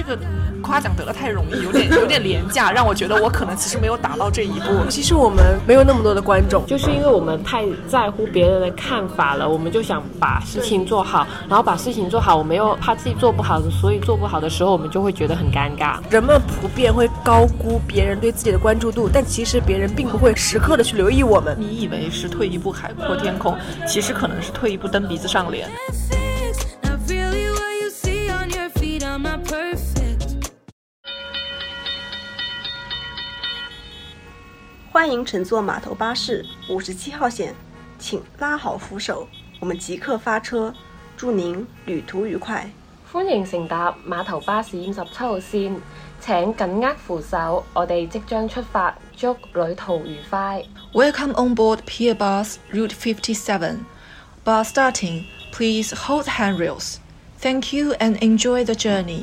个夸奖得了太容易，有点廉价，让我觉得我可能其实没有达到这一步。 其实我们没有那么多的观众， 就是因为我们太在乎别人的看法了，我们就想把事情做好，然后把事情做好，我们又怕自己做不好，所以做不好的时候我们就会觉得很尴尬。 人们普遍会高估别人对自己的关注度，但其实别人并不会时刻的去留意我们。 你以为是退一步海阔天空，其实可能是退一步蹬鼻子上脸。 欢迎乘坐码头巴士57号線，請拉好扶手，我們即刻發車，祝您旅途愉快。 歡迎乘搭碼頭巴士57號線，請緊握扶手，我哋即將出發，祝旅途愉快。 Welcome on board Pier Bus Route 57. Bus starting, please hold handrails. Thank you and enjoy the journey.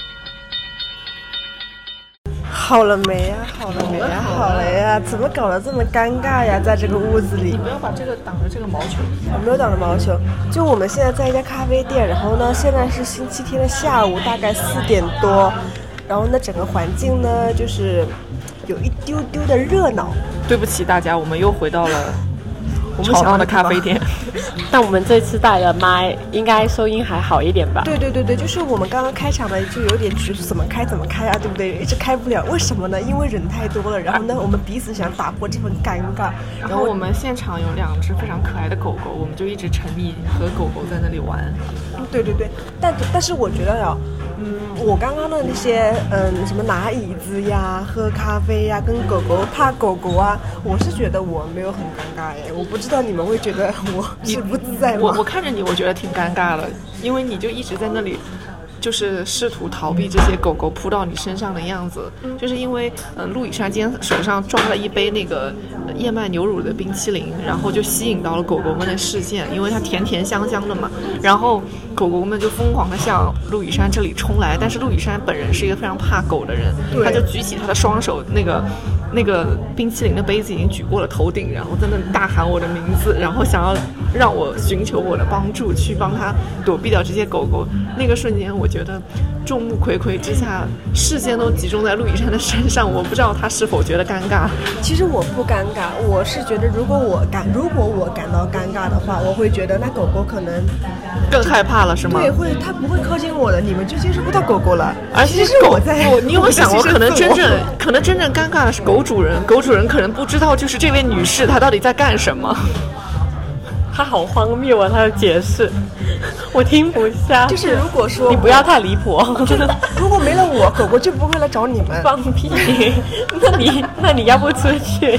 好了没呀？好了没呀？好了呀！怎么搞得这么尴尬呀？在这个屋子里， 你不要把这个挡着这个毛球。 我没有挡着毛球。就我们现在在一家咖啡店，然后呢，现在是星期天的下午，大概4点多，然后呢，整个环境呢就是有一丢丢的热闹。 对不起大家，我们又回到了吵闹的咖啡店。 但我们这次带了麦，应该收音还好一点吧？ 对对对对，就是我们刚刚开场的就有点局促，怎么开啊，对不对？一直开不了，为什么呢？因为人太多了，然后呢，我们彼此想打破这份尴尬。 然后我们现场有2只非常可爱的狗狗，我们就一直沉迷和狗狗在那里玩。 对对对，但是我觉得呀，我刚刚的那些什么拿椅子呀、喝咖啡呀、跟狗狗怕狗狗啊，我是觉得我没有很尴尬耶。我不知道你们会觉得我是不自在吗？ 我看着你，我觉得挺尴尬的，因为你就一直在那里。就是试图逃避这些狗狗扑到你身上的样子，就是因为陆以珊今天手上抓了一杯那个燕麦牛乳的冰淇淋，然后就吸引到了狗狗们的视线，因为它甜甜香香的嘛，然后狗狗们就疯狂的向陆以珊这里冲来，但是陆以珊本人是一个非常怕狗的人，他就举起他的双手，那个冰淇淋的杯子已经举过了头顶，然后在那里大喊我的名字，然后想要让我寻求我的帮助，去帮他躲避掉这些狗狗。那个瞬间我觉得众目睽睽之下，视线都集中在陆以珊的身上，我不知道他是否觉得尴尬。 其实我不尴尬，我是觉得如果我感到尴尬的话，我会觉得那狗狗可能更害怕了，是吗？ 对，它不会靠近我的，你们就接触不到狗狗了。 而且你有没有想过，可能真正尴尬的是狗主人可能不知道就是这位女士她到底在干什么。 他好荒谬啊！他的解释，我听不下。 就是如果说你不要太离谱哦。 如果没了我，狗狗就不会来找你们。 放屁！那你要不出去？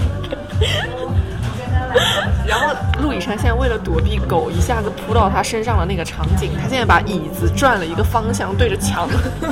然后陆以珊现在为了躲避狗一下子扑到他身上的那个场景，他现在把椅子转了一个方向对着墙。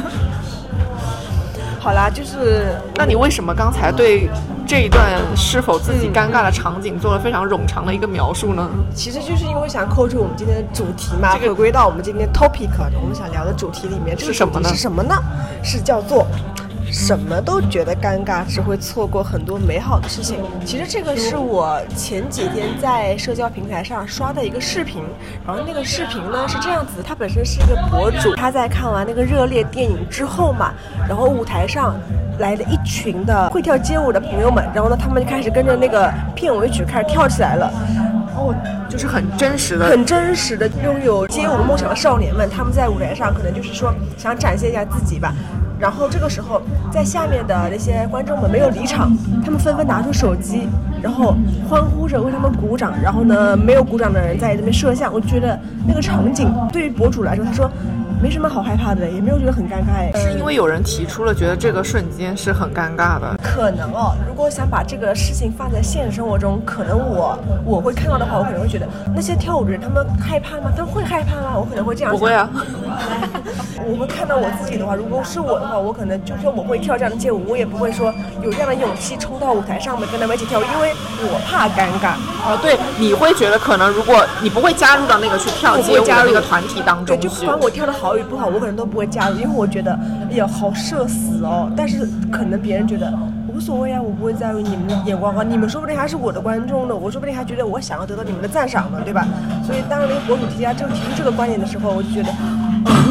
好啦，就是那你为什么刚才对这一段是否自己尴尬的场景做了非常冗长的一个描述呢？ 其实就是因为想扣住我们今天的主题嘛，回归到我们今天的 topic， 我们想聊的主题里面， 是什么呢？是叫做什么都觉得尴尬，只会错过很多美好的事情。其实这个是我前几天在社交平台上刷的一个视频，然后那个视频呢是这样子，他本身是一个博主，他在看完那个热烈电影之后嘛，然后舞台上来了一群的会跳街舞的朋友们，然后呢他们就开始跟着那个片尾曲开始跳起来了。 就是很真实的拥有街舞梦想的少年们，他们在舞台上可能就是说想展现一下自己吧。然后这个时候在下面的那些观众们没有离场，他们纷纷拿出手机，然后欢呼着为他们鼓掌，然后呢没有鼓掌的人在这边摄像。我觉得那个场景对于博主来说，他说没什么好害怕的，也没有觉得很尴尬。 是因为有人提出了觉得这个瞬间是很尴尬的。 可能如果想把这个事情放在现实生活中，可能我会看到的话，我可能会觉得那些跳舞的人他们害怕吗？他们会害怕吗？我可能会这样想。 不会啊。 我会看到我自己的话，如果是我的话，我可能就说我会跳这样的街舞，我也不会说有这样的勇气冲到舞台上面跟他们一起跳舞，因为我怕尴尬。 对，你会觉得可能如果你不会加入到那个去跳街舞的那个团体当中去， 就不管我跳的好与不好，我可能都不会加入，因为我觉得哎呀好社死哦。但是可能别人觉得无所谓啊，我不会在乎你们的眼光啊，你们说不定还是我的观众呢，我说不定还觉得我想要得到你们的赞赏呢，对吧？所以当那个博主提出这个观点的时候，我就觉得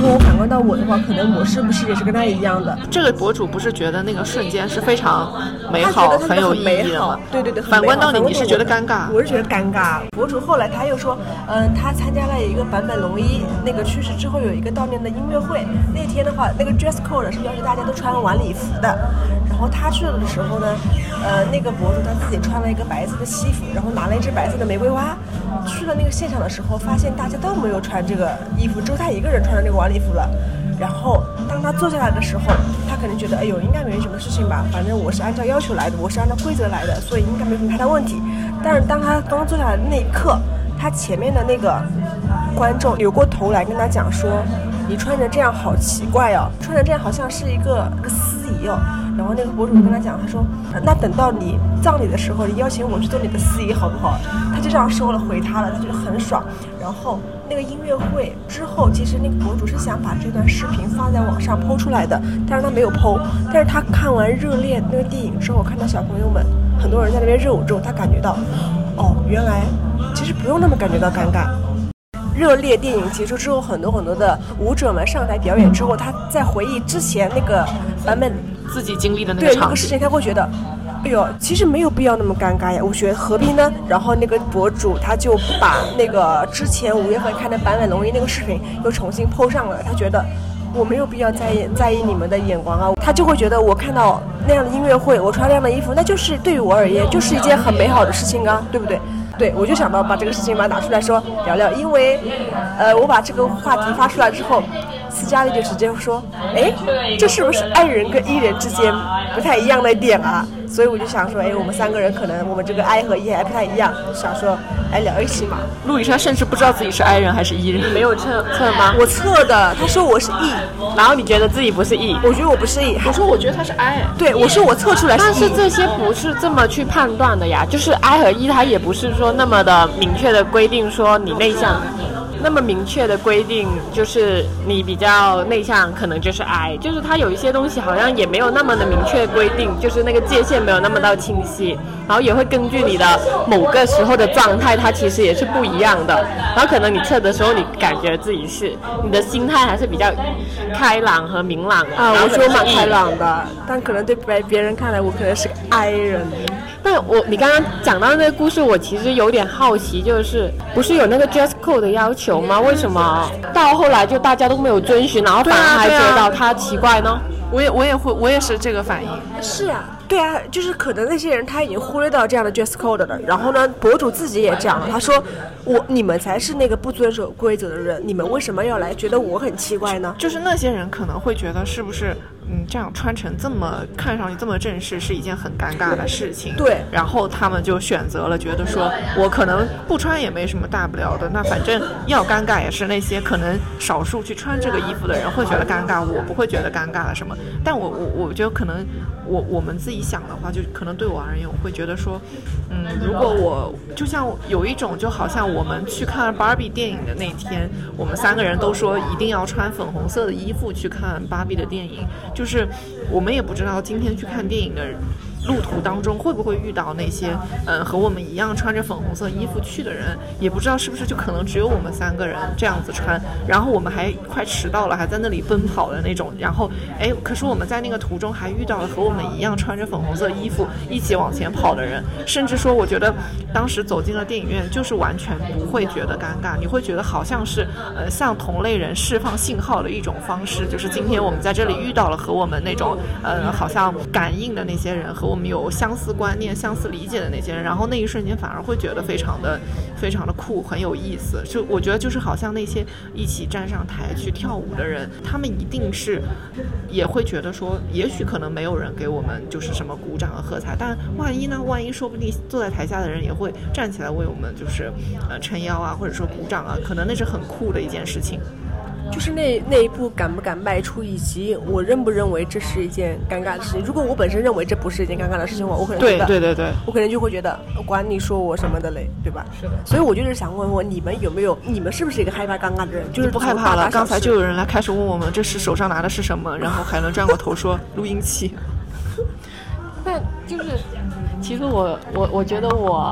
果我反观到我的话，可能我是不是也是跟他一样的？ 这个博主不是觉得那个瞬间是非常美好、很有意义的吗？ 对， 反观到你是觉得尴尬？ 我是觉得尴尬。博主后来他又说，他参加了一个坂本龙一那个去世之后有一个悼念的音乐会，那天的话，那个 dress code 是要求大家都穿晚礼服的。然后他去了的时候呢，那个博主他自己穿了一个白色的西服，然后拿了一只白色的玫瑰花。去了那个现场的时候，发现大家都没有穿这个衣服，只有他一个人穿了那个晚礼服了。然后当他坐下来的时候，他可能觉得哎呦应该没什么事情吧，反正我是按照要求来的，我是按照规则来的，所以应该没什么太大问题。但是当他刚坐下来的那一刻，他前面的那个观众扭过头来跟他讲说，你穿成这样好奇怪哦，穿成这样好像是一个司仪哦。然后那个博主就跟他讲，他说那等到你葬礼的时候，你邀请我去做你的司仪好不好？他就这样说了，回他了，他觉得很爽。然后那个音乐会之后，其实那个博主是想把这段视频放在网上PO出来的，但是他没有PO。但是他看完《热烈》那个电影之后，看到小朋友们很多人在那边热舞之后，他感觉到哦，原来其实不用那么感觉到尴尬。热烈电影结束之后，很多的舞者们上台表演之后，他在回忆之前那个版本自己经历的那个对场景， 那个事情，他会觉得哎呦，其实没有必要那么尴尬呀。我觉得何必呢？然后那个博主他就把那个之前5月份看的坂本龙一那个视频又重新PO上了，他觉得我没有必要在意你们的眼光啊。他就会觉得我看到那样的音乐会，我穿那样的衣服，那就是对于我而言就是一件很美好的事情啊，对不对？对，我就想到把这个事情把它拿出来说聊聊，因为我把这个话题发出来之后，斯嘉丽就直接说，哎，这是不是爱人跟E人之间不太一样的点啊？所以我就想说，哎，我们3个人可能我们这个 I 和 E 还不太一样，想说来聊一期嘛。 陆以莎甚至不知道自己是 I 人还是 E 人， 没有测吗？ 我测的，他说我是 E， 然后你觉得自己不是 E， 我觉得我不是 E， 我说我觉得他是 I， 对，我说我测出来是 E， 但是这些不是这么去判断的呀，就是 I 和 E 它也不是说那么的明确的规定说你内向。那么明确的规定就是你比较内向可能就是 I， 就是它有一些东西好像也没有那么的明确规定，就是那个界限没有那么到清晰，然后也会根据你的某个时候的状态它其实也是不一样的，然后可能你测的时候你感觉自己是你的心态还是比较开朗和明朗的啊，我觉得我蛮开朗的，但可能对别人看来我可能是个 I 人。 但你刚刚讲到那个故事，我其实有点好奇，就是不是有那个 dress code 的要求吗？为什么到后来就大家都没有遵循，然后反而还觉得他奇怪呢？ 我也是这个反应。 是啊，对啊，就是可能那些人他已经忽略到这样的 dress code 了。然后呢，博主自己也讲了，他说你们才是那个不遵守规则的人，你们为什么要来觉得我很奇怪呢？ 就是那些人可能会觉得是不是这样穿成这么看上去这么正式是一件很尴尬的事情。 对， 然后他们就选择了觉得说我可能不穿也没什么大不了的，那反正要尴尬也是那些可能少数去穿这个衣服的人会觉得尴尬，我不会觉得尴尬的什么。但我觉得可能我们自己想的话，就可能对我而言，我会觉得说如果我就像有一种就好像我们去看 Barbie 电影的那天，我们3个人都说一定要穿粉红色的衣服去看 Barbie 的电影，就是我们也不知道今天去看电影的路途当中会不会遇到那些和我们一样穿着粉红色衣服去的人，也不知道是不是就可能只有我们3个人这样子穿，然后我们还快迟到了，还在那里奔跑的那种，然后可是我们在那个途中还遇到了和我们一样穿着粉红色衣服一起往前跑的人，甚至说我觉得当时走进了电影院就是完全不会觉得尴尬，你会觉得好像是向同类人释放信号的一种方式，就是今天我们在这里遇到了和我们那种好像感应的那些人，和我们有相似观念相似理解的那些人，然后那一瞬间反而会觉得非常的酷，很有意思。就我觉得就是好像那些一起站上台去跳舞的人，他们一定是也会觉得说也许可能没有人给我们就是什么鼓掌和喝彩，但万一呢，万一说不定坐在台下的人也会站起来为我们就是撑腰啊，或者说鼓掌啊，可能那是很酷的一件事情。 就是那一步敢不敢迈出，以及我认不认为这是一件尴尬的事情。如果我本身认为这不是一件尴尬的事情的话，我可能觉得对， 我可能就会觉得管你说我什么的嘞，对吧？是的。所以我就是想问问你们你们是不是一个害怕尴尬的人？就是不害怕了。刚才就有人来开始问我们这是手上拿的是什么，然后海伦转过头说录音器。 但就是其实我觉得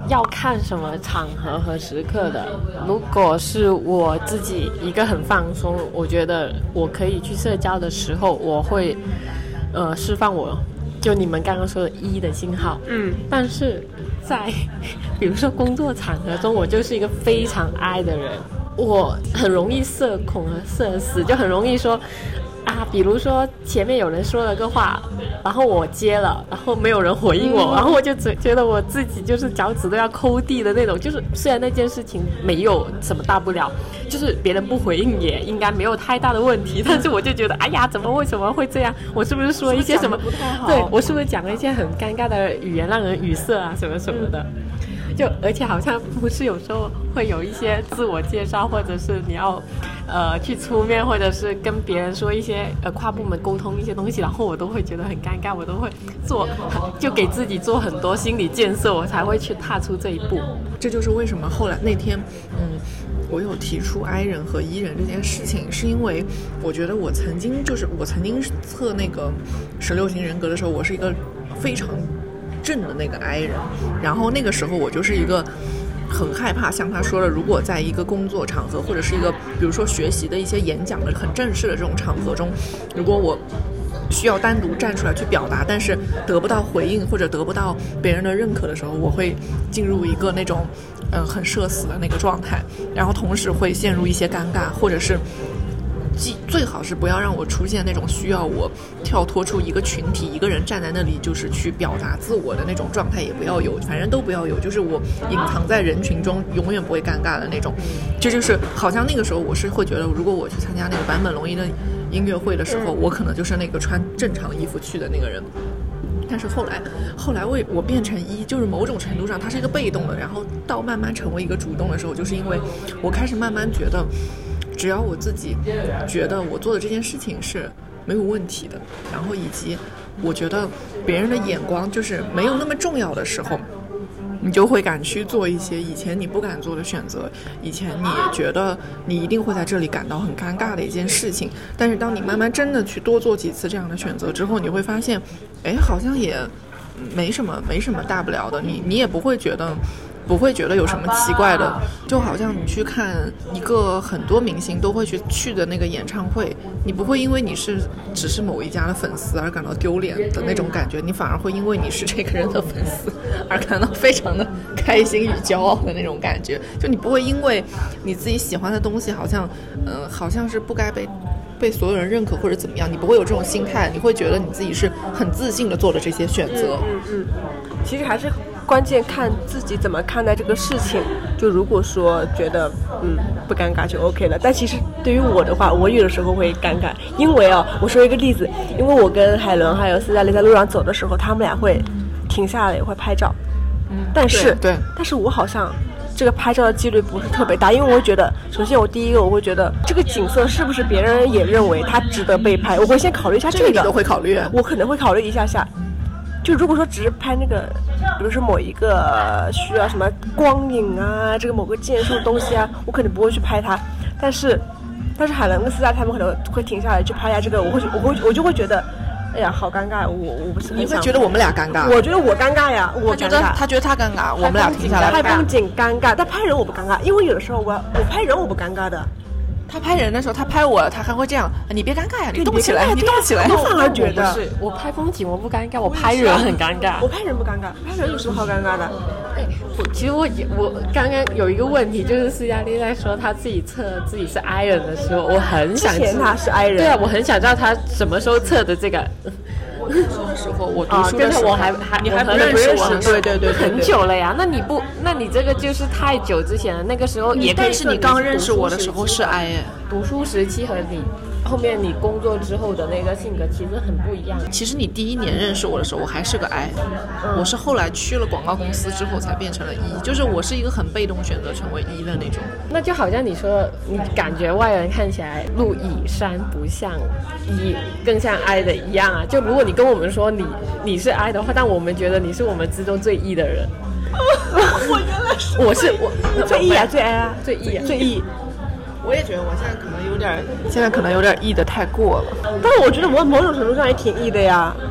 要看什么场合和时刻的。如果是我自己一个很放松，我觉得我可以去社交的时候，我会释放我就你们刚刚说的E的信号。但是在比如说工作场合中，我就是一个非常I的人，我很容易社恐和社死，就很容易说比如说前面有人说了个话，然后我接了，然后没有人回应我，然后我就觉得我自己就是脚趾都要抠地的那种。就是虽然那件事情没有什么大不了，就是别人不回应也应该没有太大的问题，但是我就觉得为什么会这样？我是不是说一些什么不太好？ 对，我是不是讲了一些很尴尬的语言，让人语塞啊什么什么的？就而且好像不是有时候会有一些自我介绍，或者是你要去出面，或者是跟别人说一些跨部门沟通一些东西，然后我都会觉得很尴尬，我都会就给自己做很多心理建设，我才会去踏出这一步。 这就是为什么后来那天我有提出I人和E人这件事情，是因为我觉得我曾经测那个16型人格的时候，我是一个非常正的那个I人，然后那个时候我就是一个很害怕，像他说的，如果在一个工作场合或者是一个比如说学习的一些演讲的很正式的这种场合中，如果我需要单独站出来去表达，但是得不到回应或者得不到别人的认可的时候，我会进入一个那种很社死的那个状态，然后同时会陷入一些尴尬，或者是最好是不要让我出现那种需要我跳脱出一个群体，一个人站在那里就是去表达自我的那种状态也不要有，反正都不要有，就是我隐藏在人群中永远不会尴尬的那种。这就是好像那个时候我是会觉得，如果我去参加那个坂本龙一的音乐会的时候，我可能就是那个穿正常衣服去的那个人。但是后来我变成E，就是某种程度上它是一个被动的，然后到慢慢成为一个主动的时候，就是因为我开始慢慢觉得，只要我自己觉得我做的这件事情是没有问题的，然后以及我觉得别人的眼光就是没有那么重要的时候，你就会敢去做一些以前你不敢做的选择，以前你也觉得你一定会在这里感到很尴尬的一件事情，但是当你慢慢真的去多做几次这样的选择之后，你会发现好像也没什么大不了的，你也不会觉得有什么奇怪的，就好像你去看一个很多明星都会去的那个演唱会，你不会因为你只是某一家的粉丝而感到丢脸的那种感觉，你反而会因为你是这个人的粉丝而感到非常的开心与骄傲的那种感觉。就你不会因为你自己喜欢的东西好像是不该被所有人认可或者怎么样，你不会有这种心态，你会觉得你自己是很自信的做了这些选择。 其实还是关键看自己怎么看待这个事情。就如果说觉得不尴尬就 OK 了，但其实对于我的话，我有的时候会尴尬，因为我说一个例子，因为我跟海伦还有斯嘉丽在路上走的时候，他们俩会停下来也会拍照，但是我好像这个拍照的几率不是特别大，因为我会觉得，首先我第一个我会觉得这个景色是不是别人也认为它值得被拍，我会先考虑一下这个。 你都会考虑？ 我可能会考虑一下。就如果说只是拍那个，比如说某一个需要什么光影啊，这个某个建筑的东西啊，我肯定不会去拍它。但是海伦跟斯嘉他们可能会停下来去拍一下这个，我就会觉得，哎呀，好尴尬，我不是很想。 你会觉得我们俩尴尬？ 我觉得我尴尬呀， 他觉得他尴尬，我们俩停下来拍风景尴尬，但拍人我不尴尬，因为有的时候我拍人我不尴尬的。 他拍人的时候，他拍我，他还会这样，你别尴尬呀，你动起来，你动起来。 我反而觉得， 我拍风景我不尴尬，我拍人很尴尬。 我拍人不尴尬，拍人有什么好尴尬的？ 其实我刚刚有一个问题，就是斯嘉丽在说他自己测自己是 I 人的时候，我很想知道他是 I 人。 对啊，我很想知道他什么时候测的这个。 读书的时候，我读书的时候，你还不认识我？ 对， 很久了呀。那你这个就是太久之前了，那个时候也可以。 但是你刚认识我的时候是 I 耶。 读书时期和你后面你工作之后的那个性格其实很不一样。 其实你第一年认识我的时候，我还是个 I，我是后来去了广告公司之后才变成了 E，就是我是一个很被动选择成为 E 的那种。 那就好像你说，你感觉外人看起来陆以山不像 E， 更像 I 的一样啊。就如果你跟我们说你是 I 的话，但我们觉得你是我们之中最 E 的人。 我原来是我最 E 啊，最 I 啊， 最 E 啊， 最 E。 我也觉得我现在可能有点 E 的太过了， 但是我觉得我某种程度上也挺 E 的呀。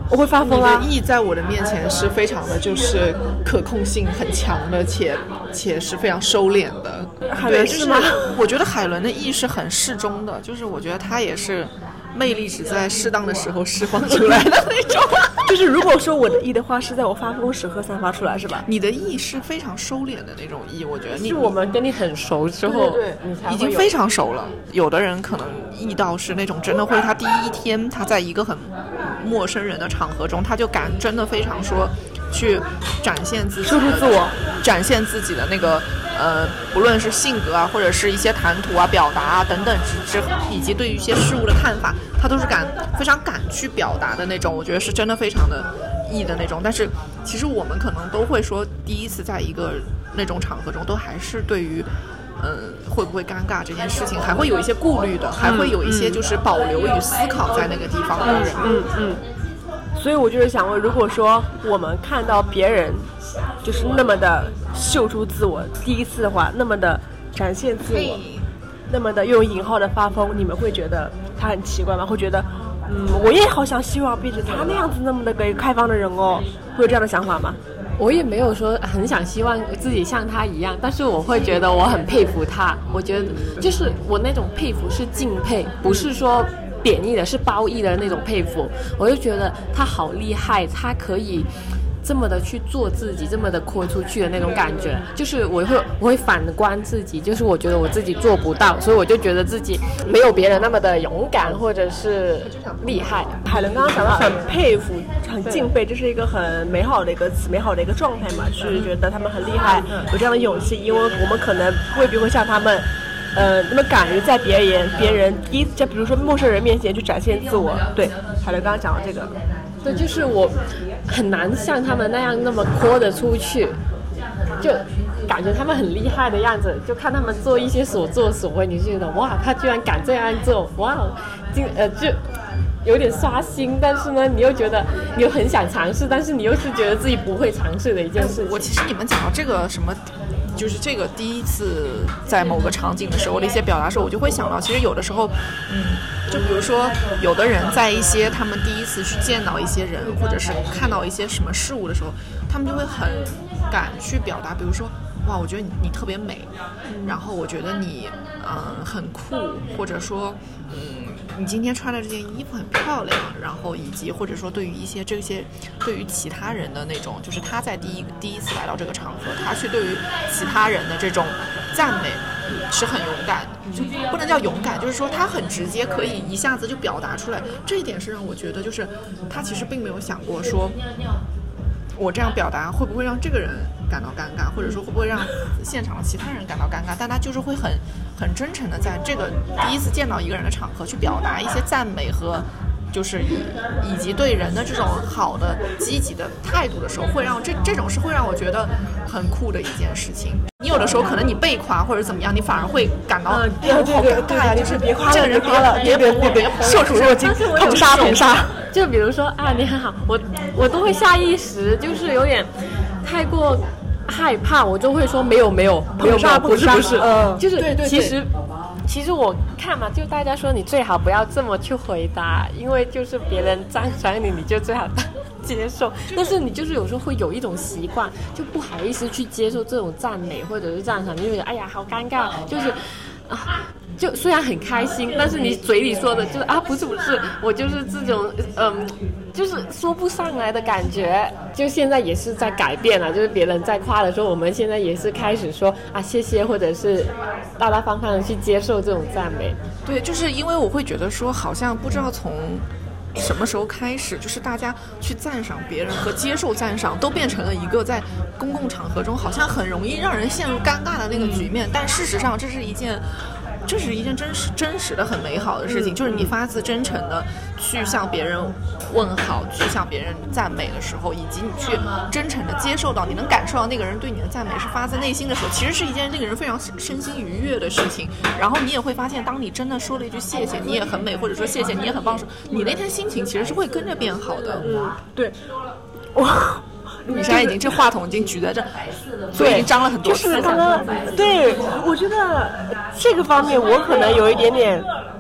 我会发疯啊！ 你的 E 在我的面前是非常的，就是可控性很强的，且是非常收敛的。 海伦是吗？ 我觉得海伦的 E 是很适中的，就是我觉得他也是魅力只在适当的时候释放出来的那种。 就是如果说我的 E 的话，是在我发疯时刻散发出来，是吧？ 你的 E 是非常收敛的那种 E， 我觉得是我们跟你很熟之后， 对已经非常熟了。有的人可能 E 到是那种真的会，他第一天他在一个很陌生人的场合中，他就敢真的非常说去展现自己， 说出自我， 展现自己的那个不论是性格啊，或者是一些谈吐啊、表达啊等等以及对于一些事物的看法，他都是非常敢去表达的那种。我觉得是真的非常的 E 的那种。但是其实我们可能都会说，第一次在一个那种场合中，都还是对于会不会尴尬这件事情还会有一些顾虑的，还会有一些就是保留与思考在那个地方的人。 所以我就是想问，如果说我们看到别人就是那么的秀出自我，第一次的话那么的展现自我，那么的用引号的发疯，你们会觉得他很奇怪吗？会觉得我也好想希望变成他那样子那么的开放的人哦，会有这样的想法吗？ 我也没有说很想希望自己像他一样，但是我会觉得我很佩服他。我觉得就是我那种佩服是敬佩，不是说贬义的，是褒义的那种佩服。我就觉得他好厉害，他可以这么的去做自己，这么的豁出去的那种感觉。就是我会反观自己，就是我觉得我自己做不到，所以我就觉得自己没有别人那么的勇敢或者是厉害。 海伦刚刚讲到很佩服、很敬佩，这是一个很美好的一个词，美好的一个状态嘛，是觉得他们很厉害，有这样的勇气，因为我们可能未必会像他们。那么敢于在别人就比如说陌生人面前去展现自我。对，海伦刚刚讲到这个， 对，就是我很难像他们那样那么豁得出去，就感觉他们很厉害的样子，就看他们做一些所作所为，你就觉得哇，他居然敢这样做，哇，就有点刷新，但是呢，你又觉得你又很想尝试，但是你又是觉得自己不会尝试的一件事情。 我其实你们讲到这个什么，就是这个第一次在某个场景的时候的一些表达时候，我就会想到，其实有的时候，就比如说有的人在一些他们第一次去见到一些人，或者是看到一些什么事物的时候，他们就会很敢去表达，比如说哇，我觉得你特别美，然后我觉得你很酷，或者说你今天穿的这件衣服很漂亮，然后以及或者说对于一些这些对于其他人的那种，就是他在第一次来到这个场合，他去对于其他人的这种赞美是很勇敢，就不能叫勇敢，就是说他很直接，可以一下子就表达出来。这一点是让我觉得，就是他其实并没有想过说我这样表达会不会让这个人感到尴尬，或者说会不会让现场的其他人感到尴尬，但他就是会很真诚的在这个第一次见到一个人的场合去表达一些赞美和就是以及对人的这种好的积极的态度的时候，会让这种是会让我觉得很酷的一件事情。你有的时候可能你被夸或者怎么样，你反而会感到好尴尬呀，就是别夸了， 这个人别受宠若惊，捅杀。 就比如说啊，你很好，我都会下意识就是有点太过害怕，我就会说没有，不是，就是对其实我看嘛，就大家说你最好不要这么去回答，因为就是别人赞赏你就最好接受，但是你就是有时候会有一种习惯，就不好意思去接受这种赞美或者是赞赏，你就觉得哎呀好尴尬，就是就虽然很开心，但是你嘴里说的就是不是，我就是这种就是说不上来的感觉。就现在也是在改变了，就是别人在夸的时候，我们现在也是开始说谢谢，或者是大大方方的去接受这种赞美。 对，就是因为我会觉得说，好像不知道从什么时候开始，就是大家去赞赏别人和接受赞赏都变成了一个在公共场合中好像很容易让人陷入尴尬的那个局面，但事实上这是一件真实的很美好的事情，就是你发自真诚的去向别人问好，去向别人赞美的时候，以及你去真诚的接受到，你能感受到那个人对你的赞美是发自内心的时候，其实是一件那个人非常身心愉悦的事情。然后你也会发现，当你真的说了一句谢谢，你也很美，或者说谢谢你也很棒时，你那天心情其实是会跟着变好的。 对， 你现在已经这话筒已经举在这，所以已经张了很多次。 就是刚刚，对，我觉得这个方面我可能有一点点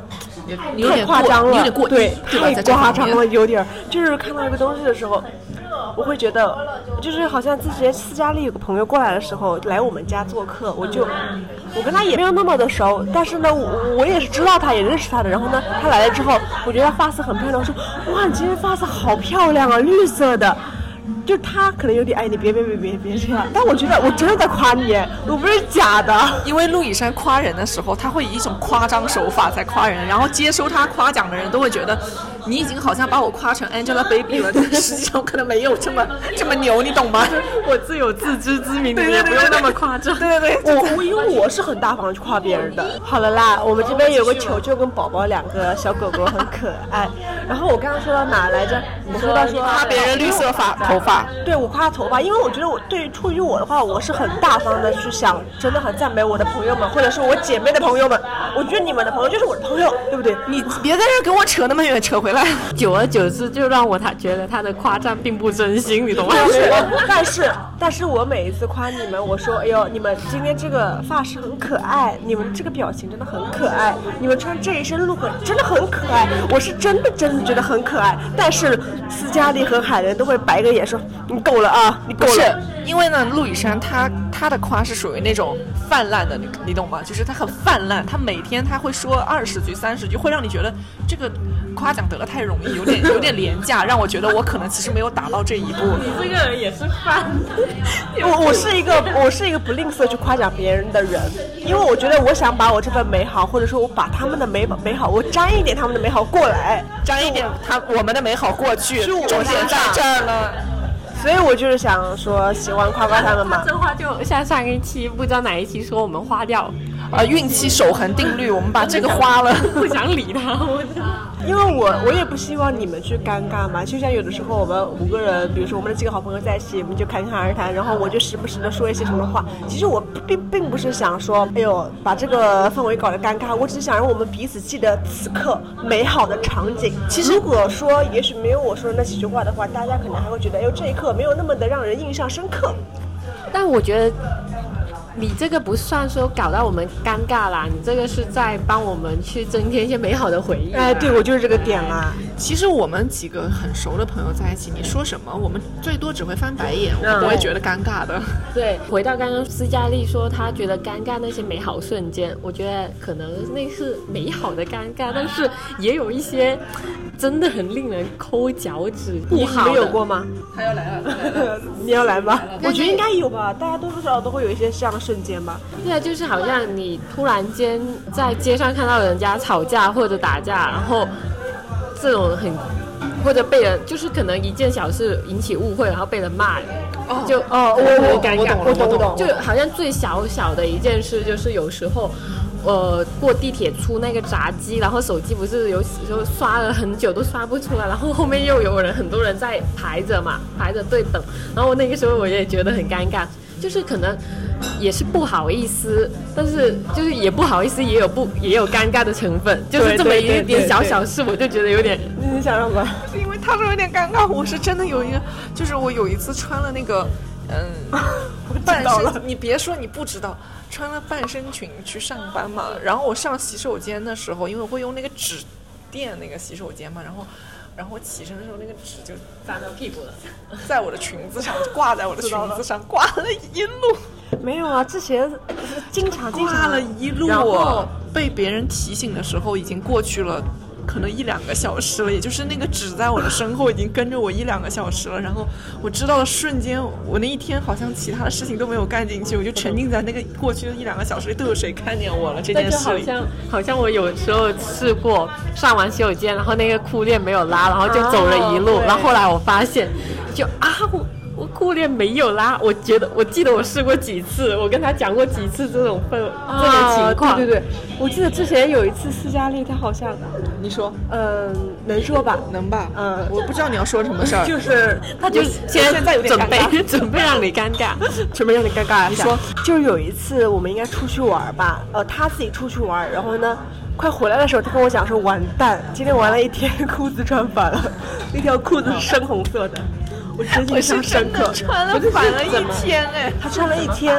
太夸张了， 有点过， 对，太夸张了，有点。就是看到一个东西的时候，我会觉得，就是好像之前斯嘉丽有个朋友过来的时候，来我们家做客，我跟他也没有那么的熟，但是呢，我也是知道他，也认识他的。然后呢，他来了之后，我觉得他发色很漂亮，我说哇，你今天发色好漂亮啊，绿色的。就他可能有点你别这样，但我觉得我真的在夸你，我不是假的。 因为陆以珊夸人的时候，他会以一种夸张手法在夸人，然后接收他夸奖的人都会觉得你已经好像把我夸成 Angelababy 了，但实际上可能没有这么牛，你懂吗？ 我自有自知之明，你也不用那么夸张。 对，因为我是很大方的去夸别人的。好了啦，我们这边有个球球跟宝宝两个小狗狗很可爱。然后我刚刚说到哪来着？我说到夸别人绿色头发。 对，我夸他头发，因为我觉得出于我的话，我是很大方的去想，真的很赞美我的朋友们，或者是我姐妹的朋友们。我觉得你们的朋友就是我的朋友，对不对？ 你别在这跟我扯那么远，扯回来。 久而久之，就让我觉得他的夸赞并不真心，你懂吗？ 但是我每一次夸你们，我说，哎呦，你们今天这个发饰很可爱，你们这个表情真的很可爱，你们穿这一身 look 真的很可爱，我是真的觉得很可爱。但是斯嘉丽和海伦都会白个眼说，你够了啊，你够了。 是因为呢，陆以珊她的夸是属于那种泛滥的，你懂吗？就是她很泛滥，她每天她会说20句30句，会让你觉得这个夸奖得了太容易，有点廉价，让我觉得我可能其实没有达到这一步。 你这个人也是泛。 我是一个不吝啬去夸奖别人的人，因为我觉得我想把我这份美好，或者说我把他们的美好，我沾一点他们的美好过来， 沾一点我们的美好过去，重点在这儿了。 所以我就是想说，喜欢夸夸他们嘛。 这话就像上一期不知道哪一期说我们花掉运气守恒定律，我们把这个花了， 不想理他。 因为我也不希望你们去尴尬嘛，就像有的时候我们5个人，比如说我们的几个好朋友在一起，我们就侃侃而谈，然后我就时不时的说一些什么话。其实我并不是想说，哎呦，把这个氛围搞得尴尬，我只是想让我们彼此记得此刻美好的场景。其实如果说也许没有我说的那几句话的话，大家可能还会觉得，哎呦，这一刻没有那么的让人印象深刻。 但我觉得你这个不算说搞到我们尴尬啦，你这个是在帮我们去增添一些美好的回忆。 哎，对，我就是这个点啦。 其实我们几个很熟的朋友在一起，你说什么，我们最多只会翻白眼，我们不会觉得尴尬的。 对，回到刚刚斯嘉丽说她觉得尴尬那些美好瞬间，我觉得可能那是美好的尴尬，但是也有一些真的很令人抠脚趾不好的。 你有过吗？ 他要来了， 你要来吗？我觉得应该有吧，大家多多少少都会有一些这样的瞬间吧。 对啊，就是好像你突然间在街上看到人家吵架或者打架，然后这种或者被人就是可能一件小事引起误会，然后被人骂，我尴尬， 我懂， 就好像最小的一件事，就是有时候。过地铁出那个闸机，然后手机不是有时候刷了很久都刷不出来，然后后面又有很多人在排着队等，然后那个时候我也觉得很尴尬，就是可能也是不好意思，但是就是也不好意思，也有尴尬的成分，就是这么一点小事，我就觉得有点。 你想什么？ 因为他说有点尴尬，我是真的有一个，就是我有一次穿了那个半身，你别说你不知道，穿了半身裙去上班嘛，然后我上洗手间的时候，因为我会用那个纸垫那个洗手间嘛，然后我起身的时候那个纸就扎到屁股了， 在我的裙子上，挂在我的裙子上，挂了一路。 没有啊，之前经常挂了一路，我被别人提醒的时候已经过去了。可能1-2个小时了，也就是那个纸在我的身后已经跟着我1-2个小时了，然后我知道的瞬间，我那一天好像其他的事情都没有干进去，我就沉浸在那个过去的1-2个小时里，都有谁看见我了这件事里。 好像我有时候试过上完洗手间，然后那个裤链没有拉，然后就走了一路，然后后来我发现我裤链没有拉，我记得我试过几次，我跟他讲过几次这种情况。 对，我记得之前有一次斯嘉丽，她好像你说， 能说吧？ 能吧？我不知道你要说什么事儿， 就是他就现在有点准备让你尴尬， 准备让你尴尬一下。 你说， 就是有一次我们应该出去玩吧，他自己出去玩，然后呢。快回来的时候，他跟我讲说：“完蛋，今天玩了一天，裤子穿反了，那条裤子是深红色的。”我真印象深刻， 穿了反了一天哎， 他穿了一天，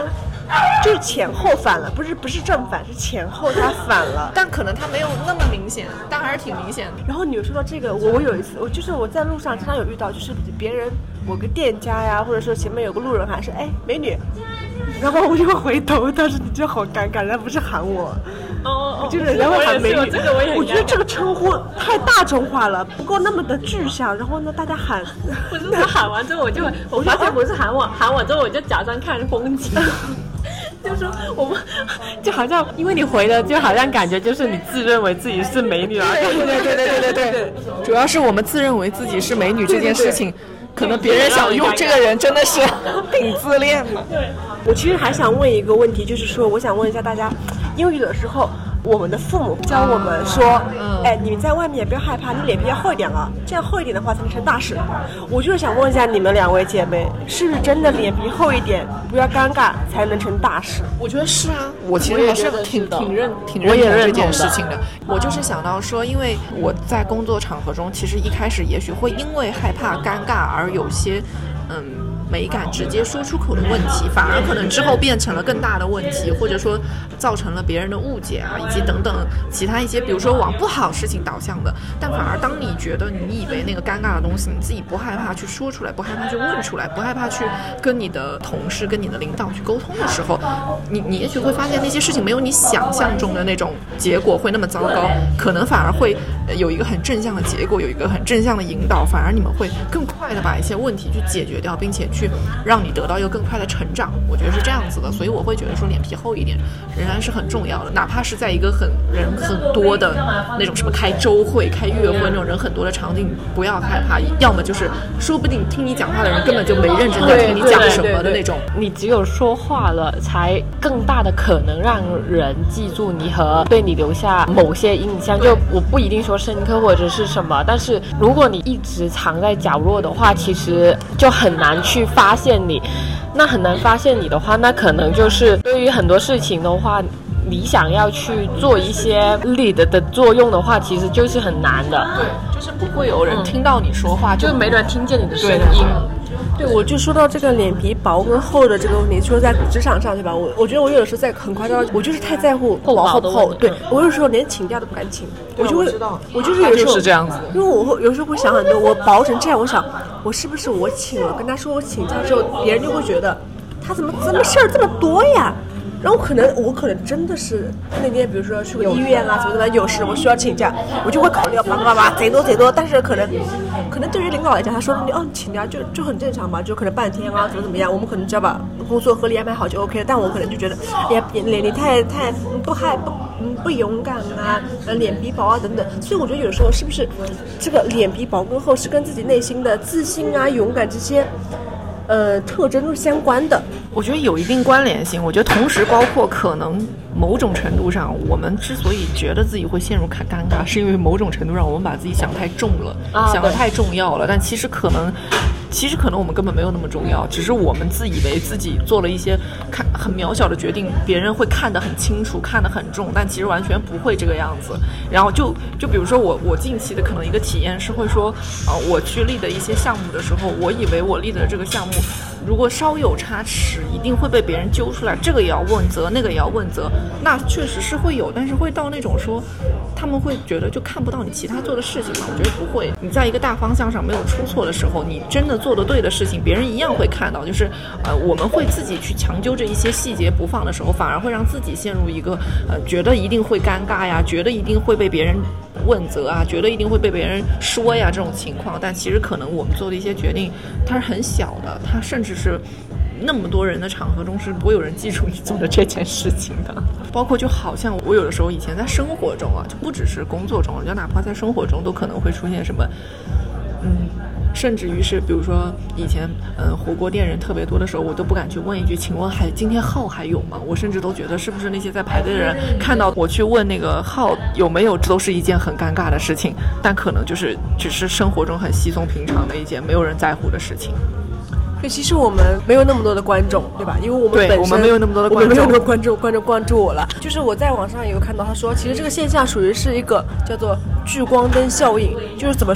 就是前后反了，不是正反，是前后它反了。 但可能它没有那么明显，但还是挺明显的。 然后你说到这个，我有一次，我在路上经常有遇到，就是别人某个店家呀，或者说前面有个路人喊说，哎，美女，然后我就回头，但是你就好尴尬，人家不是喊我，就是人家会喊美女。我觉得这个称呼太大众化了，不够那么的具象。然后呢，大家喊， 不是他喊完之后我发现不是喊我之后我就假装看风景。就是说我们就好像因为你回的就好像感觉就是你自认为自己是美女啊。 对，主要是我们自认为自己是美女这件事情，可能别人想用这个人真的是挺自恋的。 对，我其实还想问一个问题，就是说我想问一下大家，因为有的时候我们的父母教我们说，哎，你们在外面也不要害怕，你脸皮要厚一点啊，这样厚一点的话才能成大事。我就是想问一下你们两位姐妹，是不是真的脸皮厚一点，不要尴尬，才能成大事？ 我觉得是啊，我其实还是挺认同这件事情的。我就是想到说，因为我在工作场合中，其实一开始也许会因为害怕尴尬而有些没敢直接说出口的问题，反而可能之后变成了更大的问题，或者说造成了别人的误解啊，以及等等其他一些比如说往不好事情导向的。但反而当你觉得你以为那个尴尬的东西你自己不害怕去说出来，不害怕去问出来，不害怕去跟你的同事跟你的领导去沟通的时候，你也许会发现那些事情没有你想象中的那种结果会那么糟糕，可能反而会有一个很正向的结果，有一个很正向的引导，反而你们会更快的把一些问题去解决掉，并且去让你得到一个更快的成长。我觉得是这样子的，所以我会觉得说脸皮厚一点仍然是很重要的，哪怕是在一个人很多的那种什么开周会开月会那种人很多的场景，不要害怕，要么就是说不定听你讲话的人根本就没认真在听你讲什么的那种。 你只有说话了才更大的可能让人记住你和对你留下某些印象，就我不一定说深刻或者是什么，但是如果你一直藏在角落的话，其实就很难去发现你。那很难发现你的话，那可能就是对于很多事情的话，你想要去做一些 lead 的作用的话，其实就是很难的。 对，就是不会有人听到你说话， 就没人听见你的声音。 对，我就说到这个脸皮薄跟厚的这个问题，说在职场上，对吧？我觉得我有的时候在很夸张，我就是太在乎薄厚不厚。对，我有时候连请假都不敢请，我就会，我就是有时候就是这样子， 因为我有时候会想很多，我薄成这样，我想我是不是我请了，跟他说我请假之后，别人就会觉得他怎么事儿这么多呀？然后我可能真的是那天，比如说去个医院啊，怎么有事我需要请假，我就会考虑叭贼多，但是可能对于领导来讲，他说你请假就很正常嘛，就可能半天啊，怎么样，我们可能只要把工作合理安排好就 OK 了。但我可能就觉得，哎呀，你太不勇敢啊，脸皮薄啊等等。所以我觉得有时候是不是这个脸皮薄跟厚是跟自己内心的自信啊、勇敢这些特征是相关的。 我觉得有一定关联性，我觉得同时包括可能某种程度上，我们之所以觉得自己会陷入尴尬，是因为某种程度上我们把自己想太重了，想得太重要了。但其实可能我们根本没有那么重要，只是我们自以为自己做了一些很渺小的决定，别人会看得很清楚，看得很重，但其实完全不会这个样子。然后就比如说我近期的可能一个体验是会说，我去立的一些项目的时候，我以为我立的这个项目如果稍有差池，一定会被别人揪出来，这个也要问责，那个也要问责。那确实是会有，但是会到那种说他们会觉得就看不到你其他做的事情嘛？我觉得不会。你在一个大方向上没有出错的时候，你真的做的对的事情，别人一样会看到。就是我们会自己去强揪着一些细节不放的时候，反而会让自己陷入一个觉得一定会尴尬呀，觉得一定会被别人问责啊，觉得一定会被别人说呀这种情况。但其实可能我们做的一些决定，它是很小的，它甚至是那么多人的场合中是不会有人记住你做的这件事情的。包括就好像我有的时候以前在生活中啊，就不只是工作中，就哪怕在生活中都可能会出现什么甚至于是比如说以前火锅店人特别多的时候，我都不敢去问一句请问今天号还有吗？我甚至都觉得是不是那些在排队的人看到我去问那个号有没有，都是一件很尴尬的事情。但可能就是只是生活中很稀松平常的一件没有人在乎的事情。 对，其实我们没有那么多的观众，对吧？因为我们本身我们没有那么多的观众， 我们没有那么多观众关注我了。就是我在网上也有看到，他说其实这个现象属于是一个叫做聚光灯效应。就是怎么说呢？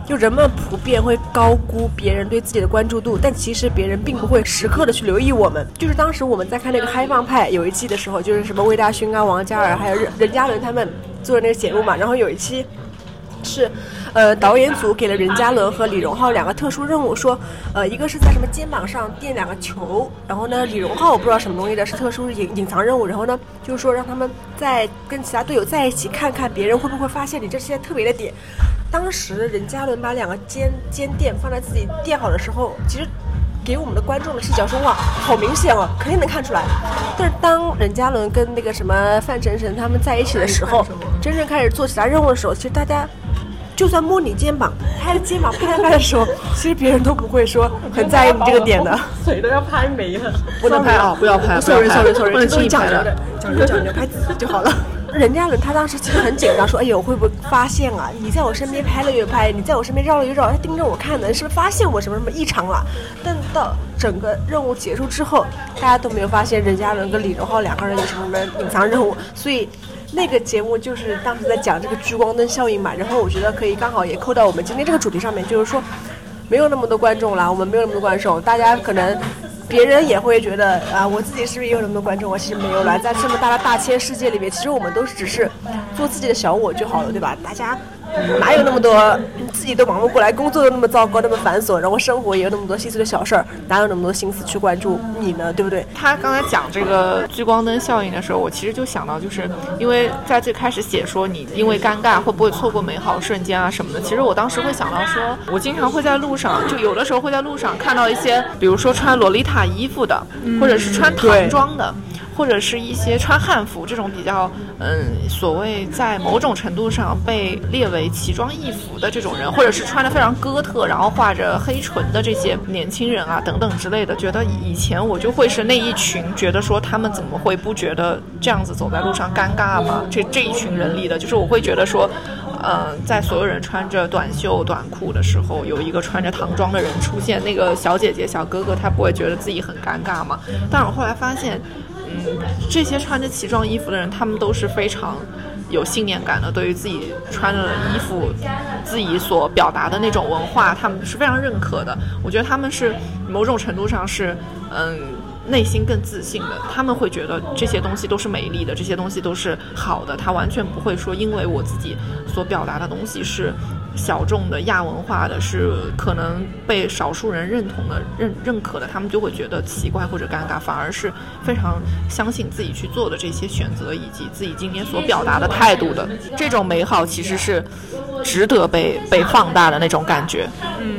就人们普遍会高估别人对自己的关注度，但其实别人并不会时刻的去留意我们。就是当时我们在看那个开放派有一期的时候，就是什么魏大勋啊、王嘉尔还有任嘉伦他们做的那个节目嘛，然后有一期是导演组给了任嘉伦和李荣浩2个特殊任务，说一个是在什么肩膀上垫2个球，然后呢李荣浩我不知道什么东西的是特殊隐藏任务，然后呢就是说让他们在跟其他队友在一起看看别人会不会发现你这些特别的点。当时任嘉伦把2个肩垫放在自己垫好的时候，其实给我们的观众的视角说哇好明显哦，肯定能看出来。但是当任嘉伦跟那个什么范丞丞他们在一起的时候，真正开始做其他任务的时候，其实大家就算摸你肩膀，拍着肩膀拍的时候，其实别人都不会说很在意你这个点的。 水都要拍没了， 不能拍啊！不要拍 ，sorry， 不能轻易拍的， 讲究拍自己就好了。任嘉伦他当时其实很紧张，说：“哎呦，我会不会发现啊？你在我身边拍了又拍，你在我身边绕了又绕，他盯着我看呢，是不是发现我什么什么异常了？”但到整个任务结束之后，大家都没有发现任嘉伦跟李荣浩2个人有什么隐藏任务，所以那个节目就是当时在讲这个聚光灯效应嘛。然后我觉得可以刚好也扣到我们今天这个主题上面，就是说没有那么多观众啦，我们没有那么多观众，大家可能。别人也会觉得啊，我自己是不是也有那么多观众？我其实没有了，在这么大的大千世界里面，其实我们都只是做自己的小我就好了，对吧？大家哪有那么多，自己都忙不过来，工作又那么糟糕，那么繁琐，然后生活也有那么多细碎的小事儿，哪有那么多心思去关注你呢？对不对？ 他刚才讲这个聚光灯效应的时候，我其实就想到，就是因为在最开始写说你因为尴尬会不会错过美好瞬间啊什么的，其实我当时会想到说，我经常会在路上，就有的时候会在路上看到一些，比如说穿洛丽塔衣服的，或者是穿唐装的。或者是一些穿汉服这种比较所谓在某种程度上被列为奇装异服的这种人，或者是穿得非常哥特然后画着黑唇的这些年轻人啊等等之类的，觉得以前我就会是那一群觉得说他们怎么会不觉得这样子走在路上尴尬吗？这一群人里的，就是我会觉得说在所有人穿着短袖短裤的时候，有一个穿着唐装的人出现，那个小姐姐小哥哥他不会觉得自己很尴尬吗？但我后来发现这些穿着奇装异服的人，他们都是非常有信念感的，对于自己穿的衣服自己所表达的那种文化，他们是非常认可的。我觉得他们是某种程度上是内心更自信的，他们会觉得这些东西都是美丽的，这些东西都是好的，他完全不会说因为我自己所表达的东西是小众的亚文化的，是可能被少数人认同的认可的，他们就会觉得奇怪或者尴尬，反而是非常相信自己去做的这些选择以及自己今天所表达的态度的，这种美好其实是值得被放大的那种感觉。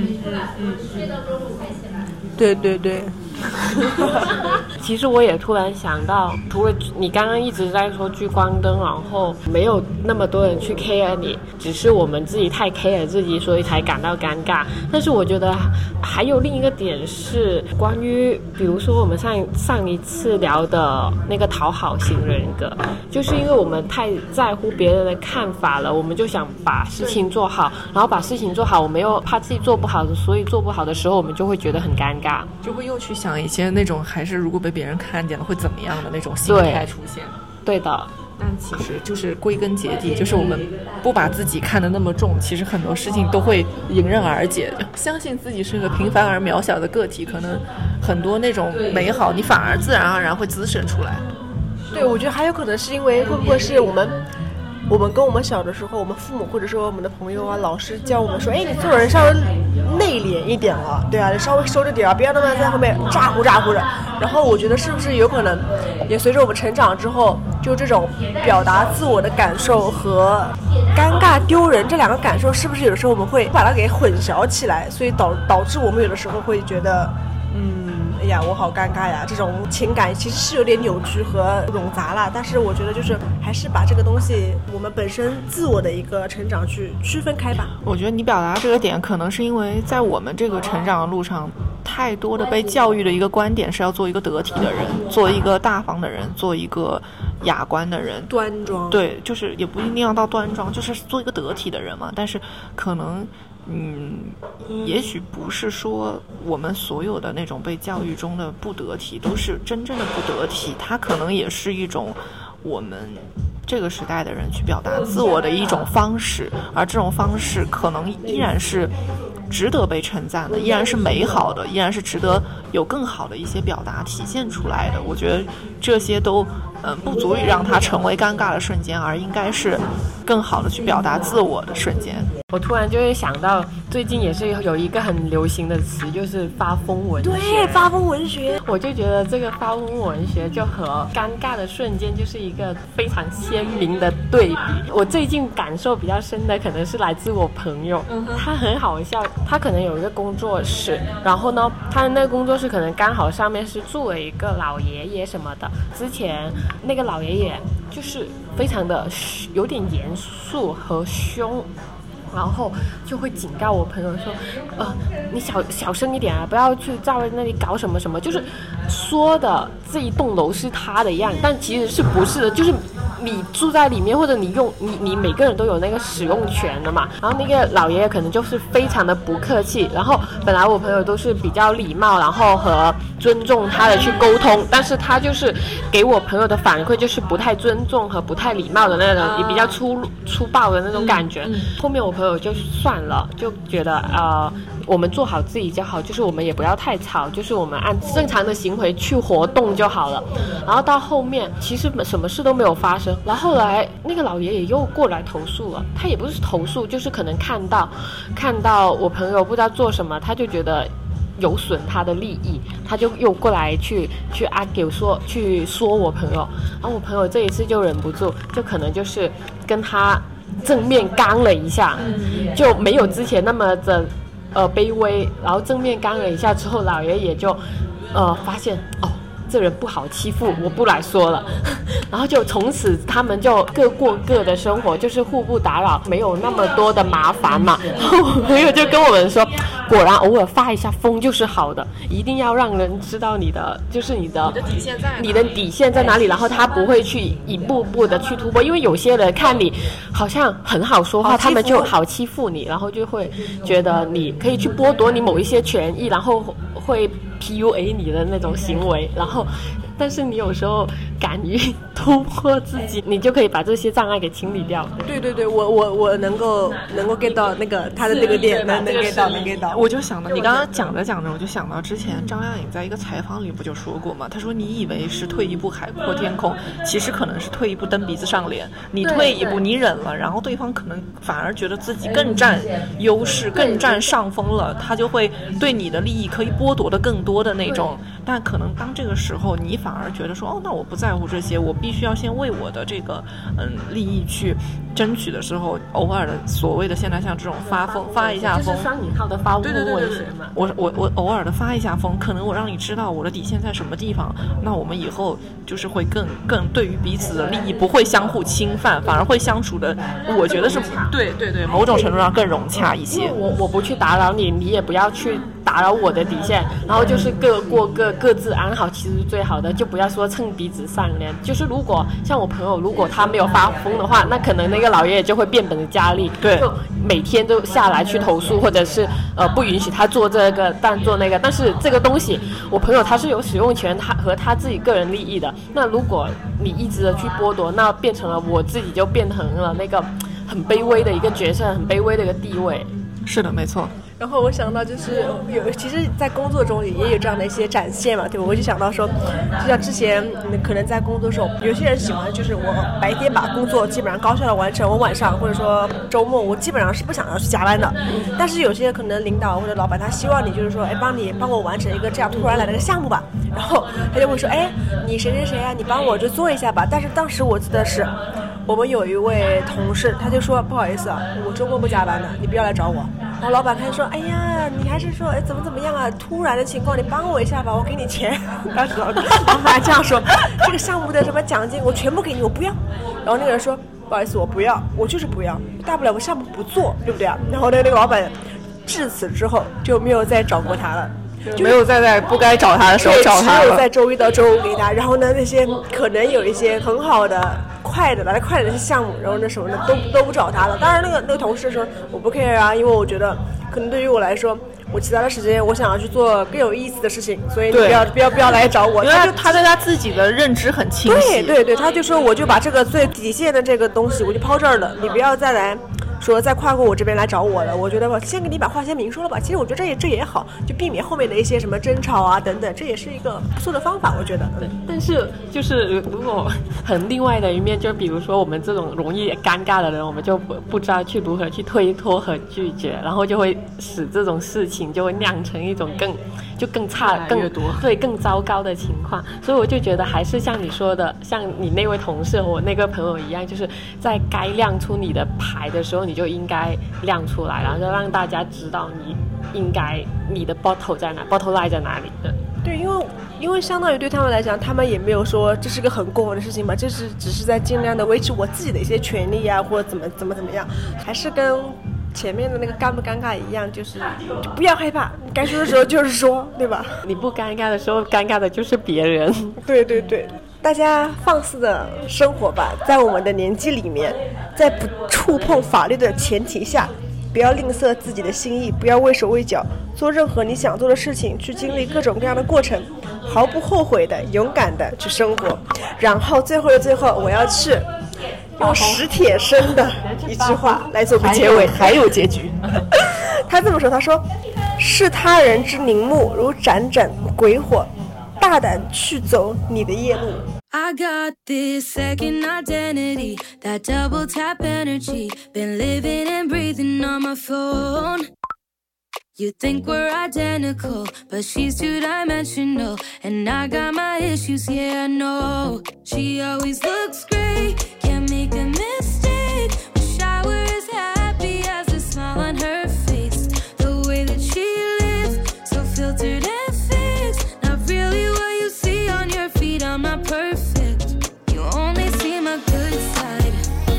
对对对。 其实我也突然想到，除了你刚刚一直在说聚光灯，然后没有那么多人去 care 你，只是我们自己太 care 自己，所以才感到尴尬。但是我觉得还有另一个点是关于，比如说我们上一次聊的那个讨好型人格，就是因为我们太在乎别人的看法了，我们就想把事情做好，然后把事情做好，我们又怕自己做不好，所以做不好的时候我们就会觉得很尴尬， 就会又去想一些那种还是如果被别人看见了会怎么样的那种心态出现。 对的， 但其实就是归根结底，就是我们不把自己看得那么重，其实很多事情都会迎刃而解。相信自己是个平凡而渺小的个体，可能很多那种美好你反而自然而然会滋生出来。 对，我觉得还有可能是因为会不会是我们跟我们小的时候，我们父母或者说我们的朋友啊老师教我们说，哎，你做人稍微内敛一点了，对啊，你稍微收着点啊，不要那么在后面咋呼的。然后我觉得是不是有可能也随着我们成长之后，就这种表达自我的感受和尴尬丢人这2个感受，是不是有的时候我们会把它给混淆起来，所以导致我们有的时候会觉得哎呀我好尴尬呀，这种情感其实是有点扭曲和冗杂了。但是我觉得就是还是把这个东西我们本身自我的一个成长去区分开吧。 我觉得你表达这个点可能是因为在我们这个成长的路上，太多的被教育的一个观点是要做一个得体的人，做一个大方的人，做一个雅观的人， 端庄。对， 就是也不一定要到端庄，就是做一个得体的人嘛。但是可能也许不是说我们所有的那种被教育中的不得体都是真正的不得体，它可能也是一种我们这个时代的人去表达自我的一种方式，而这种方式可能依然是值得被称赞的，依然是美好的，依然是值得有更好的一些表达体现出来的。我觉得这些都不足以让它成为尴尬的瞬间，而应该是更好的去表达自我的瞬间。 我突然就会想到，最近也是有一个很流行的词，就是发疯文学。 对，发疯文学， 我就觉得这个发疯文学就和尴尬的瞬间就是一个非常鲜明的对比。我最近感受比较深的可能是来自我朋友，他很好笑，他可能有一个工作室，然后呢，他的那个工作室可能刚好上面是住了一个老爷爷什么的，之前那个老爷爷就是非常的有点严肃和凶，然后就会警告我朋友说，你小声一点啊，不要去在那里搞什么什么，就是说的这一栋楼是他的样，但其实是不是的，就是你住在里面，或者你每个人都有那个使用权的嘛。然后那个老爷爷可能就是非常的不客气，然后本来我朋友都是比较礼貌，然后和尊重他的去沟通，但是他就是给我朋友的反馈就是不太尊重和不太礼貌的那种，也比较粗暴的那种感觉。后面我朋友就算了，就觉得我们做好自己就好，就是我们也不要太吵，就是我们按正常的行为去活动就好了。然后到后面其实什么事都没有发生，然后后来那个老爷爷又过来投诉了，他也不是投诉，就是可能看到我朋友不知道做什么，他就觉得有损他的利益，他就又过来去argue去说我朋友，然后我朋友这一次就忍不住，就可能就是跟他正面刚了一下，就没有之前那么的卑微，然后正面刚了一下之后，老爷爷就发现这人不好欺负，我不来说了。然后就从此他们就各过各的生活，就是互不打扰，没有那么多的麻烦嘛。然后我朋友就跟我们说，果然偶尔发一下疯就是好的，一定要让人知道你的底线在哪里，然后他不会去一步步的去突破，因为有些人看你好像很好说话，他们就好欺负你，然后就会觉得你可以去剥夺你某一些权益，然后会 PUA 你的那种行为，然后但是你有时候敢于突破自己，你就可以把这些障碍给清理掉。 对，我能够 get 到那个他的那个点，能 get 到。 我就想到你刚刚讲着，我就想到之前张靓颖在一个采访里不就说过吗？她说你以为是退一步海阔天空，其实可能是退一步蹬鼻子上脸。你退一步你忍了，然后对方可能反而觉得自己更占优势，更占上风了，他就会对你的利益可以剥夺的更多的那种。但可能当这个时候你反而觉得说，那我不在乎这些，我必须要先为我的这个利益去争取的时候，偶尔的所谓的现在像这种发一下疯， 就是双引号的发疯文学嘛。 我偶尔的发一下疯，可能我让你知道我的底线在什么地方，那我们以后就是会更对于彼此的利益不会相互侵犯，反而会相处的，我觉得是对，某种程度上更融洽一些。 我不去打扰你，你也不要去打扰我的底线，然后就是各自安好，其实是最好的，就不要说蹭鼻子上脸。就是如果像我朋友，如果他没有发疯的话，那可能那个老爷爷就会变本加厉， 对， 就每天都下来去投诉，或者是不允许他做这个，但做那个。但是这个东西，我朋友他是有使用权，他和他自己个人利益的。那如果你一直的去剥夺，那变成了我自己就变成了那个很卑微的一个角色，很卑微的一个地位。 是的，没错。 然后我想到就是其实在工作中也有这样的一些展现嘛，对吧？我就想到说，就像之前可能在工作中，有些人喜欢就是我白天把工作基本上高效的完成，我晚上或者说周末我基本上是不想要去加班的。但是有些可能领导或者老板他希望你就是说，帮我完成一个这样突然来的一个项目吧，然后他就会说，你谁啊，你帮我就做一下吧。但是当时我记得是我们有一位同事，他就说不好意思啊，我周末不加班的，你不要来找我。然后老板他就说，哎呀，你还是说怎么样啊，突然的情况你帮我一下吧，我给你钱。当时老板还这样说，这个项目的什么奖金我全部给你，我不要。然后那个人说，不好意思，我不要，我就是不要，大不了我项目不做，对不对啊？然后那个老板至此之后就没有再找过他了， 就没有再在不该找他的时候找他了， 只有在周一到周五给他。然后呢，那些可能有一些很好的快的那些项目，然后那什么的都不找他了。当然那个同事说我不 care 啊，因为我觉得可能对于我来说， 我其他的时间我想要去做更有意思的事情，所以你对不要来找我。 因为他对他自己的认知很清晰。 对，他就说我就把这个最底线的这个东西我就抛这儿了，你不要再来说再跨过我这边来找我了。我觉得我先给你把话先明说了吧。其实我觉得这也好，就避免后面的一些什么争吵啊等等，这也是一个不错的方法，我觉得。 对，但是就是如果很另外的一面，就比如说我们这种容易尴尬的人，我们就不知道如何去推脱和拒绝，然后就会使这种事情就会酿成一种更差更糟糕的情况。所以我就觉得还是像你说的，像你那位同事和我那个朋友一样，就是在该亮出你的牌的时候你就应该亮出来，然后就让大家知道你的 bottom line 在哪里的。 对，因为相当于对他们来讲，他们也没有说这是个很过分的事情嘛，这是只是在尽量的维持我自己的一些权利啊，或者怎么样，还是跟前面的那个尴不尴尬一样，就不要害怕，该说的时候就是说，对吧？ 你不尴尬的时候，尴尬的就是别人。 对，大家放肆的生活吧，在我们的年纪里面，在不触碰法律的前提下，不要吝啬自己的心意，不要畏手畏脚，做任何你想做的事情，去经历各种各样的过程，毫不后悔的勇敢的去生活。然后最后的最后，我要去用史铁生的一句话来做个结尾， 还有结局。 他这么说，他说视他人之陵墓如盏盏鬼火，大胆去走你的夜路。 I got this second identity, that double tap energy, been living and breathing on my phone. You think we're identical, but she's two-dimensional, and I got my issues, yeah I know. She always looks great, can't make a mistake. Wish I were as happy as the smile on her face. The way that she lives, so filtered and fixed. Not really what you see on your feed, I'm not perfect. You only see my good side,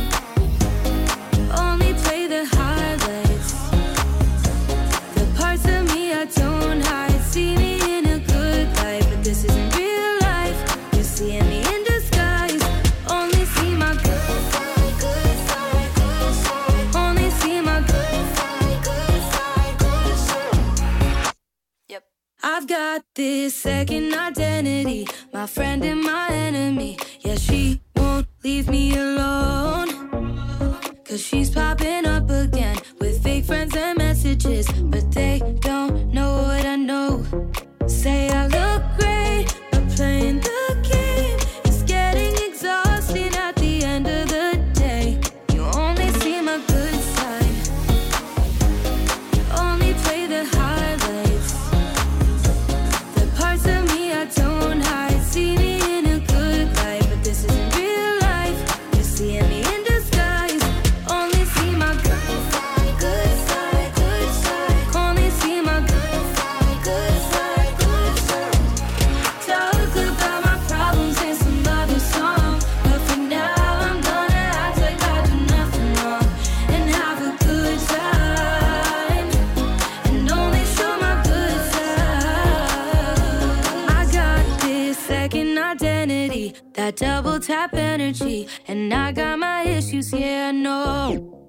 only play the highlights. The parts of me I don't hide, see me in a good light, but this isn't real life. You see me in disguise, only see my good side, good side, good side. Only see my good side, good side, good side. Yep. I've got this second identity, my friend and my enemy. Yeah, she won't leave me alone, 'cause she's popping up again with fake friends and messages, but they don't know what I know. Say I look great, but playing the game is getting exhausting at the end of the day. You only see my good side, only play the highlights. The parts of me I don't hide, see me in a good light, but this isn't real life. You see me in disguise, only see my good side, good side, good side. Only see my good side, good side, good side. Talk about my problems in some other song, but for now I'm gonna act like I do nothing wrong and have a good time, and only show my good side. I got this second identity, that double tap energy, and I got my issues, yeah I know.